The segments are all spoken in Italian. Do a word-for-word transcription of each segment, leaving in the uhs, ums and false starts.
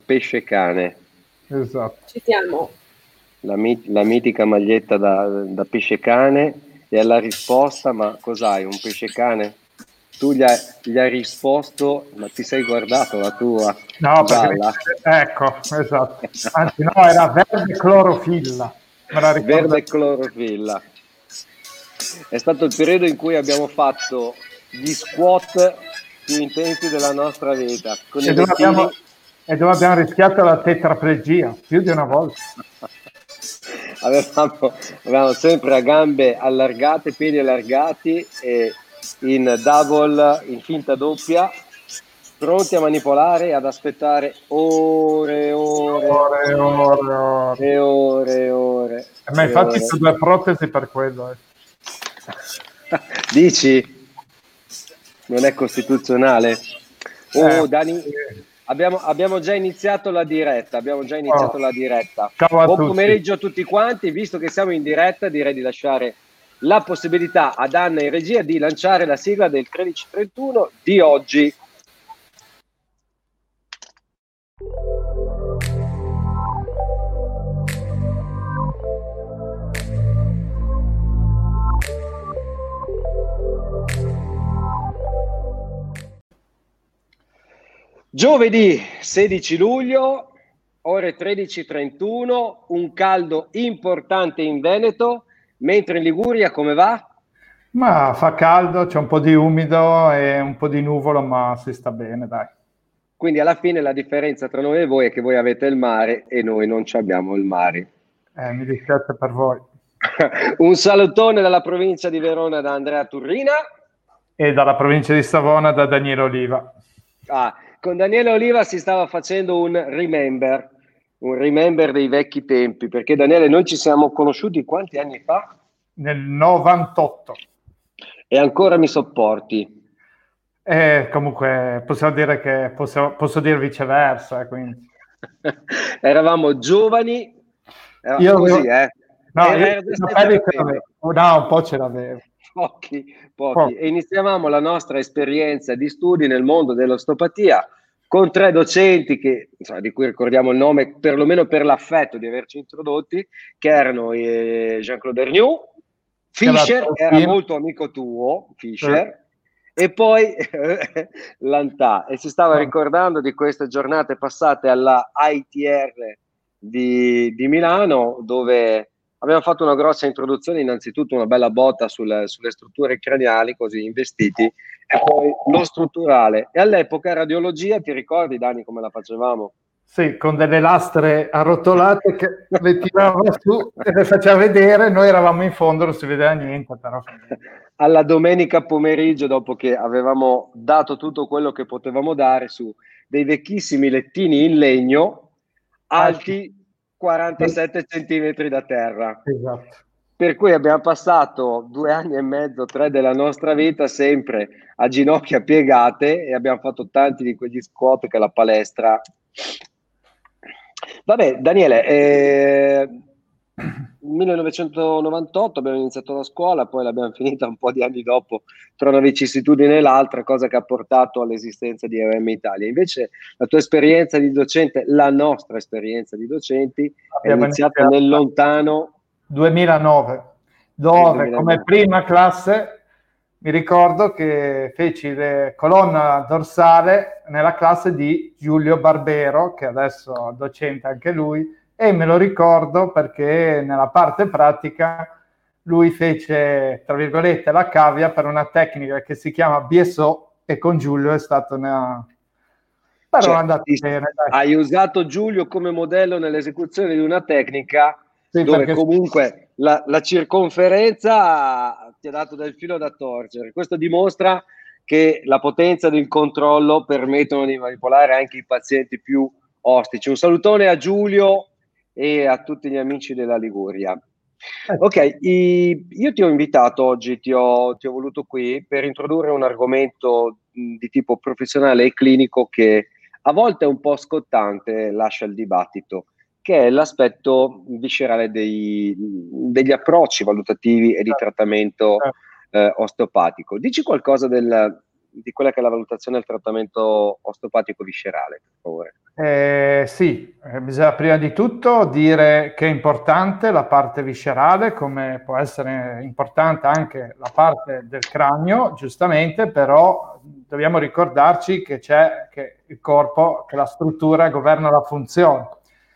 pesce cane. Esatto. Ci siamo. La, mit- la mitica maglietta da, da pesce cane, e alla risposta: ma cos'hai, un pesce cane? Tu gli hai, gli hai risposto: ma ti sei guardato la tua No, gialla? perché, ecco, esatto. Anzi, no, era verde clorofilla. Me la ricordo. Verde clorofilla. È stato il periodo in cui abbiamo fatto gli squat più intensi della nostra vita, con E i dove, lettini. abbiamo, e dove abbiamo rischiato la tetraplegia più di una volta. avevamo, avevamo sempre a gambe allargate, piedi allargati e in double, in finta doppia, pronti a manipolare e ad aspettare ore, ore, Ore, ore, ore. e ore, e ore. E ma e infatti ore. ho due protesi per quello. Eh. Dici? Non è costituzionale? Oh, Eh, Dani, eh. abbiamo, abbiamo già iniziato la diretta, abbiamo già iniziato Oh. la diretta. Ciao a Buon tutti. pomeriggio a tutti quanti, visto che siamo in diretta, direi di lasciare la possibilità ad Anna in regia di lanciare la sigla del tredici trentuno di oggi. Giovedì sedici luglio, ore tredici e trentuno, un caldo importante in Veneto, mentre in Liguria come va? Ma fa caldo, c'è un po' di umido e un po' di nuvolo, ma si sta bene, dai. Quindi alla fine la differenza tra noi e voi è che voi avete il mare e noi non ci abbiamo il mare. Eh, mi dispiace per voi. Un salutone dalla provincia di Verona da Andrea Turrina. E dalla provincia di Savona da Daniele Oliva. Ah, con Daniele Oliva si stava facendo un remember, un remember dei vecchi tempi, perché Daniele, noi ci siamo conosciuti quanti anni fa? Nel novantotto. E ancora mi sopporti. E comunque possiamo dire che posso, posso dire viceversa, quindi. Eravamo giovani, era Io così, avevo- eh. No, Era- io era già i senza capelli ce capelli. l'avevo. No, un po' ce l'avevo. Pochi, pochi. Pochi. E iniziavamo la nostra esperienza di studi nel mondo dell'osteopatia con tre docenti che, insomma, di cui ricordiamo il nome perlomeno per l'affetto di averci introdotti, che erano eh, Jean-Claude Ernoult, Fischer, Era che era molto amico tuo, Fischer, e poi Lantà. E si stava No. ricordando di queste giornate passate alla I T R di, di Milano, dove abbiamo fatto una grossa introduzione, innanzitutto una bella botta sul, sulle strutture craniali, così investiti, e poi lo strutturale. E all'epoca radiologia, ti ricordi Dani come la facevamo? Sì, con delle lastre arrotolate che le tirava su e le faceva vedere, noi eravamo in fondo, non si vedeva niente, però. Alla domenica pomeriggio, dopo che avevamo dato tutto quello che potevamo dare su dei vecchissimi lettini in legno, alti quarantasette centimetri da terra. Esatto. Per cui abbiamo passato due anni e mezzo, tre della nostra vita sempre a ginocchia piegate e abbiamo fatto tanti di quegli squat che la palestra. Vabbè, Daniele, eh, millenovecentonovantotto abbiamo iniziato la scuola, poi l'abbiamo finita un po' di anni dopo tra una vicissitudine e l'altra, cosa che ha portato all'esistenza di E O M Italia. Invece la tua esperienza di docente, la nostra esperienza di docenti, Abbiamo è iniziata iniziato nel lontano duemilanove, dove duemilanove. come prima classe mi ricordo che feci la colonna dorsale nella classe di Giulio Barbero, che adesso è docente anche lui, e me lo ricordo perché nella parte pratica lui fece, tra virgolette, la cavia per una tecnica che si chiama B S O e con Giulio è stato una... però Cioè, è andato ti- bene, dai. hai usato Giulio come modello nell'esecuzione di una tecnica Sì, dove perché- comunque la, la circonferenza ti ha dato del filo da torcere. Questo dimostra che la potenza ed il controllo permettono di manipolare anche i pazienti più ostici. Un salutone a Giulio e a tutti gli amici della Liguria. Ok, i- io ti ho invitato oggi, ti ho, ti ho voluto qui per introdurre un argomento mh, di tipo professionale e clinico che a volte è un po' scottante, lascia il dibattito, che è l'aspetto viscerale dei- degli approcci valutativi e di trattamento eh, osteopatico. Dici qualcosa del- di quella che è la valutazione del trattamento osteopatico viscerale, per favore. Eh, sì, eh, bisogna prima di tutto dire che è importante la parte viscerale, come può essere importante anche la parte del cranio, giustamente, però dobbiamo ricordarci che c'è che il corpo, che la struttura governa la funzione.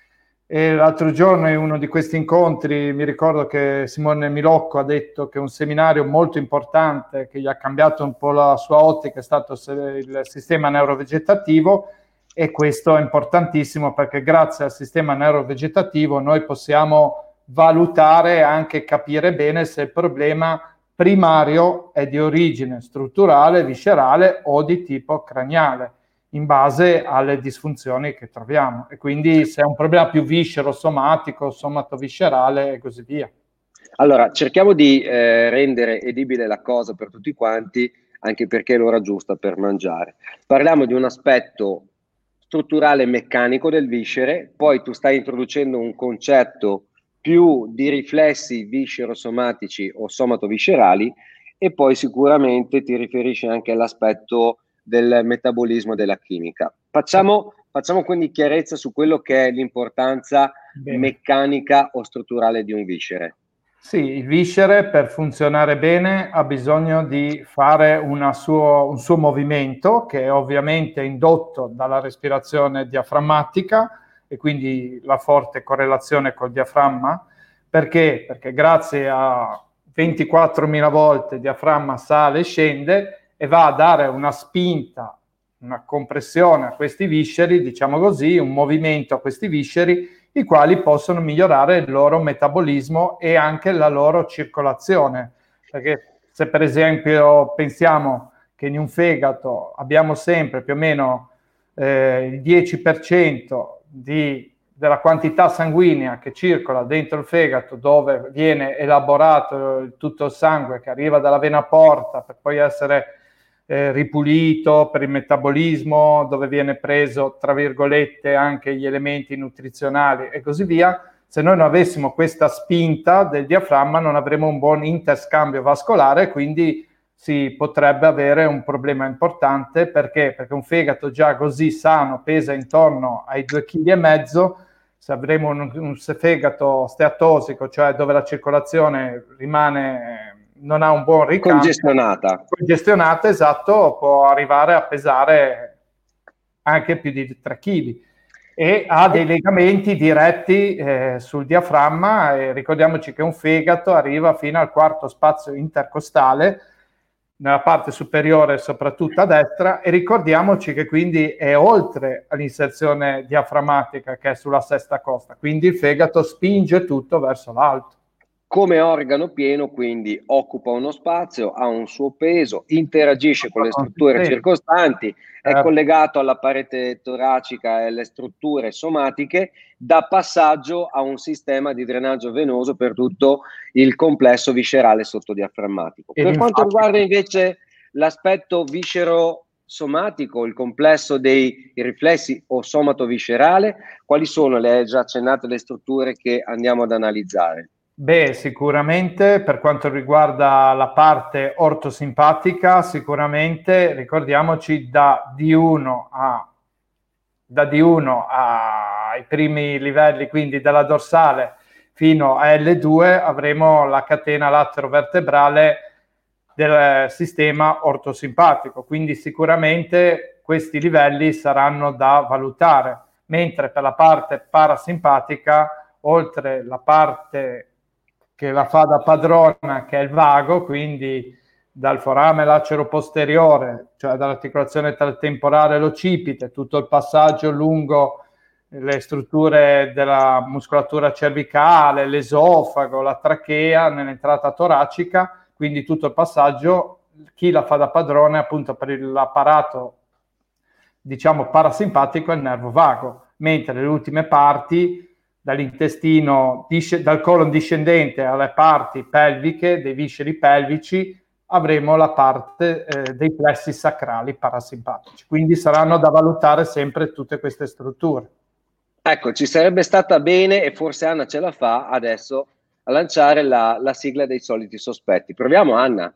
E l'altro giorno in uno di questi incontri mi ricordo che Simone Milocco ha detto che un seminario molto importante che gli ha cambiato un po' la sua ottica è stato il sistema neurovegetativo, e questo è importantissimo perché grazie al sistema neurovegetativo noi possiamo valutare e anche capire bene se il problema primario è di origine strutturale, viscerale o di tipo craniale, in base alle disfunzioni che troviamo, e quindi se è un problema più viscero-somatico, somato-viscerale e così via. Allora, cerchiamo di eh, rendere edibile la cosa per tutti quanti, anche perché è l'ora giusta per mangiare. Parliamo di un aspetto strutturale e meccanico del viscere, poi tu stai introducendo un concetto più di riflessi viscerosomatici o somatoviscerali, e poi sicuramente ti riferisci anche all'aspetto del metabolismo della chimica. Facciamo, facciamo quindi chiarezza su quello che è l'importanza Bene. meccanica o strutturale di un viscere. Sì, il viscere per funzionare bene ha bisogno di fare una suo, un suo movimento, che è ovviamente indotto dalla respirazione diaframmatica e quindi la forte correlazione col diaframma. Perché? Perché grazie a ventiquattromila volte il diaframma sale e scende e va a dare una spinta, una compressione a questi visceri, diciamo così, un movimento a questi visceri, i quali possono migliorare il loro metabolismo e anche la loro circolazione. Perché se per esempio pensiamo che in un fegato abbiamo sempre più o meno eh, il dieci per cento di, della quantità sanguigna che circola dentro il fegato, dove viene elaborato tutto il sangue che arriva dalla vena porta per poi essere Eh, ripulito per il metabolismo, dove viene preso, tra virgolette, anche gli elementi nutrizionali e così via. Se noi non avessimo questa spinta del diaframma non avremo un buon interscambio vascolare, quindi si potrebbe avere un problema importante. Perché? Perché un fegato già così sano pesa intorno ai due virgola cinque chili. Se avremo un, un fegato steatosico, cioè dove la circolazione rimane, non ha un buon ricambio, Congestionata. Congestionata, esatto, può arrivare a pesare anche più di tre chili e ha dei legamenti diretti eh, sul diaframma. E ricordiamoci che un fegato arriva fino al quarto spazio intercostale, nella parte superiore soprattutto a destra, e ricordiamoci che quindi è oltre all'inserzione diaframmatica che è sulla sesta costa, quindi il fegato spinge tutto verso l'alto. Come organo pieno, quindi occupa uno spazio, ha un suo peso, interagisce con le strutture circostanti, è collegato alla parete toracica e alle strutture somatiche, dà passaggio a un sistema di drenaggio venoso per tutto il complesso viscerale sottodiaframmatico. Per quanto riguarda invece l'aspetto viscero-somatico, il complesso dei riflessi o somatoviscerale, quali sono le già accennate le strutture che andiamo ad analizzare? Beh, sicuramente per quanto riguarda la parte ortosimpatica, sicuramente ricordiamoci da D uno a da D uno ai primi livelli, quindi dalla dorsale fino a L due, avremo la catena laterovertebrale del sistema ortosimpatico, quindi sicuramente questi livelli saranno da valutare, mentre per la parte parasimpatica, oltre la parte che la fa da padrona, che è il vago, quindi dal forame lacero posteriore, cioè dall'articolazione tra il temporale e l'occipite, tutto il passaggio lungo le strutture della muscolatura cervicale, l'esofago, la trachea, nell'entrata toracica, quindi tutto il passaggio, chi la fa da padrone appunto per l'apparato, diciamo, parasimpatico è il nervo vago, mentre le ultime parti, dall'intestino, dal colon discendente alle parti pelviche, dei visceri pelvici, avremo la parte eh, dei plessi sacrali parasimpatici. Quindi saranno da valutare sempre tutte queste strutture. Ecco, ci sarebbe stata bene, e forse Anna ce la fa adesso, a lanciare la, la sigla dei soliti sospetti. Proviamo, Anna.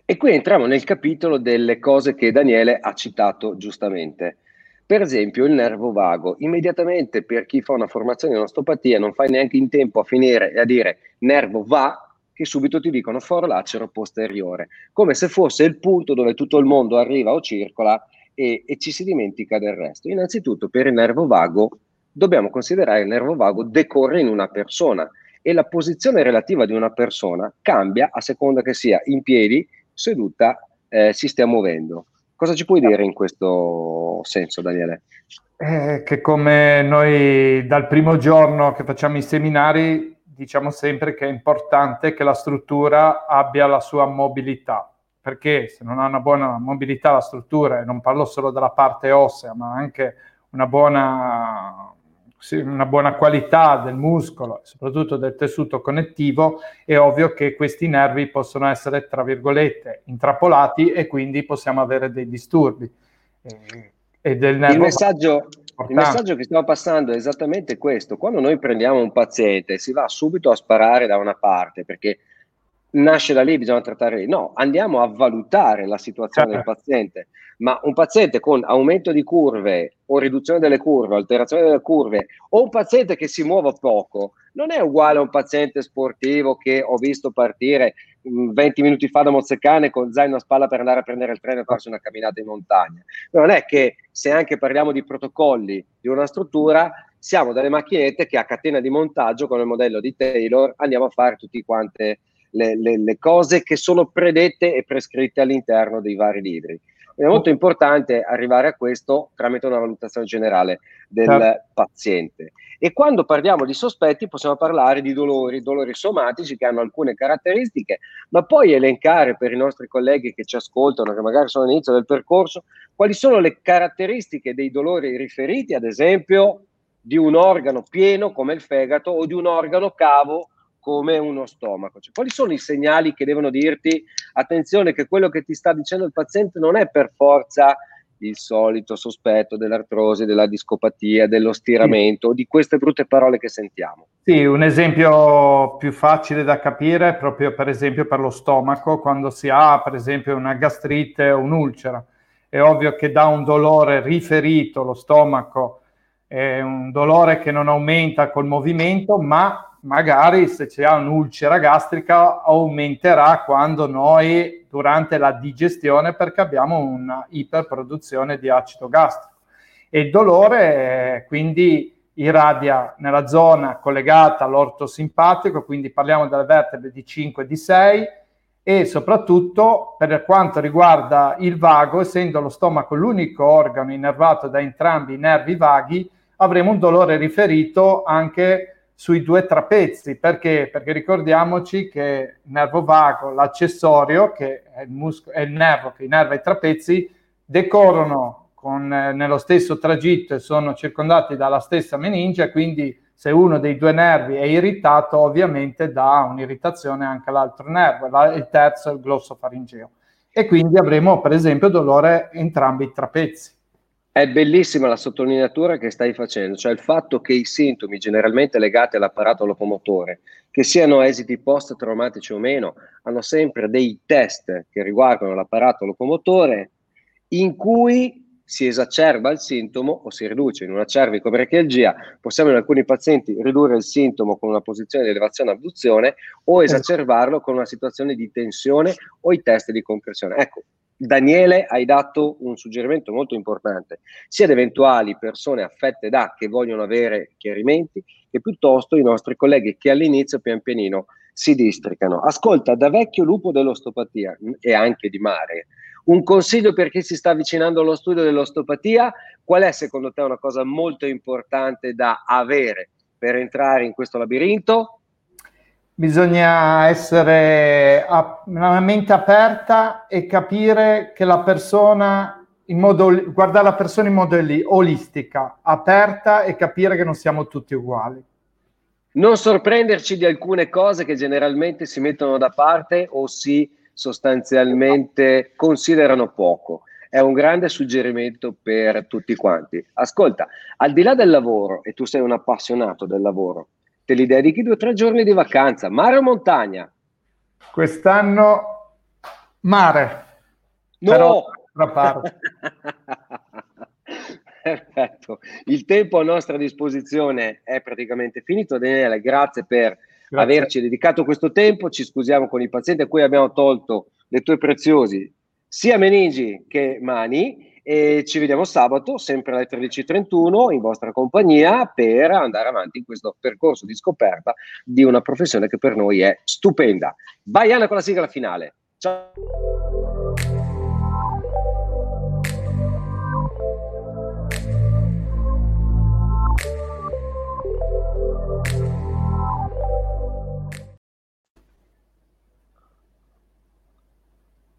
E qui entriamo nel capitolo delle cose che Daniele ha citato giustamente. Per esempio, il nervo vago. Immediatamente, per chi fa una formazione in osteopatia, non fai neanche in tempo a finire e a dire nervo va, che subito ti dicono foro lacero posteriore, come se fosse il punto dove tutto il mondo arriva o circola e, e ci si dimentica del resto. Innanzitutto, per il nervo vago, dobbiamo considerare il nervo vago decorre in una persona e la posizione relativa di una persona cambia a seconda che sia in piedi, seduta, eh, si stia muovendo. Cosa ci puoi dire in questo senso, Daniele? Eh, che come noi dal primo giorno che facciamo i seminari diciamo sempre che è importante che la struttura abbia la sua mobilità, perché se non ha una buona mobilità la struttura, e non parlo solo della parte ossea, ma anche una buona, sì, una buona qualità del muscolo, soprattutto del tessuto connettivo, è ovvio che questi nervi possono essere, tra virgolette, intrappolati e quindi possiamo avere dei disturbi. Eh, e del Il nervo messaggio, il messaggio che stiamo passando è esattamente questo. Quando noi prendiamo un paziente, si va subito a sparare da una parte perché nasce da lì, bisogna trattare lì. No, andiamo a valutare la situazione del paziente. Ma un paziente con aumento di curve o riduzione delle curve, alterazione delle curve, o un paziente che si muove poco, non è uguale a un paziente sportivo che ho visto partire mh, venti minuti fa da Mozzecane con zaino a spalla per andare a prendere il treno e farsi una camminata in montagna. Non è che, se anche parliamo di protocolli di una struttura, siamo delle macchinette che a catena di montaggio, con il modello di Taylor, andiamo a fare tutte quante le, le, le cose che sono predette e prescritte all'interno dei vari libri. È molto importante arrivare a questo tramite una valutazione generale del certo. paziente. E quando parliamo di sospetti possiamo parlare di dolori, dolori somatici che hanno alcune caratteristiche, ma poi elencare per i nostri colleghi che ci ascoltano, che magari sono all'inizio del percorso, quali sono le caratteristiche dei dolori riferiti, ad esempio, di un organo pieno come il fegato o di un organo cavo come uno stomaco. Cioè, quali sono i segnali che devono dirti attenzione che quello che ti sta dicendo il paziente non è per forza il solito sospetto dell'artrosi, della discopatia, dello stiramento, o di queste brutte parole che sentiamo? Sì, un esempio più facile da capire è proprio per esempio per lo stomaco, quando si ha per esempio una gastrite o un'ulcera. È ovvio che dà un dolore riferito, lo stomaco è un dolore che non aumenta col movimento, ma magari se c'è un'ulcera gastrica aumenterà quando noi durante la digestione, perché abbiamo una iperproduzione di acido gastrico. E il dolore quindi irradia nella zona collegata all'orto simpatico, quindi parliamo delle vertebre di cinque e di sei, e soprattutto per quanto riguarda il vago, essendo lo stomaco l'unico organo innervato da entrambi i nervi vaghi, avremo un dolore riferito anche sui due trapezi. Perché? Perché ricordiamoci che il nervo vago, l'accessorio, che è il, muscolo, è il nervo che innerva i trapezi, decorrono con, eh, nello stesso tragitto e sono circondati dalla stessa meninge, quindi se uno dei due nervi è irritato, ovviamente dà un'irritazione anche all'altro nervo, il terzo è il glossofaringeo. E quindi avremo per esempio dolore in entrambi i trapezi. È bellissima la sottolineatura che stai facendo, cioè il fatto che i sintomi generalmente legati all'apparato locomotore, che siano esiti post-traumatici o meno, hanno sempre dei test che riguardano l'apparato locomotore in cui si esacerba il sintomo o si riduce. In una cervicobrachialgia possiamo in alcuni pazienti ridurre il sintomo con una posizione di elevazione e abduzione o esacerbarlo con una situazione di tensione o i test di compressione. Ecco, Daniele, hai dato un suggerimento molto importante, sia ad eventuali persone affette da che vogliono avere chiarimenti, che piuttosto i nostri colleghi che all'inizio pian pianino si districano. Ascolta, da vecchio lupo dell'osteopatia e anche di mare, un consiglio per chi si sta avvicinando allo studio dell'osteopatia: qual è secondo te una cosa molto importante da avere per entrare in questo labirinto? Bisogna essere a una mente aperta e capire che la persona, in modo, guardare la persona in modo olistica, aperta, e capire che non siamo tutti uguali. Non sorprenderci di alcune cose che generalmente si mettono da parte o si sostanzialmente considerano poco. È un grande suggerimento per tutti quanti. Ascolta, al di là del lavoro, e tu sei un appassionato del lavoro, te li dedichi due o tre giorni di vacanza, mare o montagna? Quest'anno Mare. No! Però, da parte. Perfetto, il tempo a nostra disposizione è praticamente finito. Daniele, grazie per Grazie. averci dedicato questo tempo. Ci scusiamo con i pazienti a cui abbiamo tolto le tue preziosi sia meningi che mani, e ci vediamo sabato sempre alle tredici e trentuno in vostra compagnia per andare avanti in questo percorso di scoperta di una professione che per noi è stupenda. Vai Anna con la sigla finale. Ciao.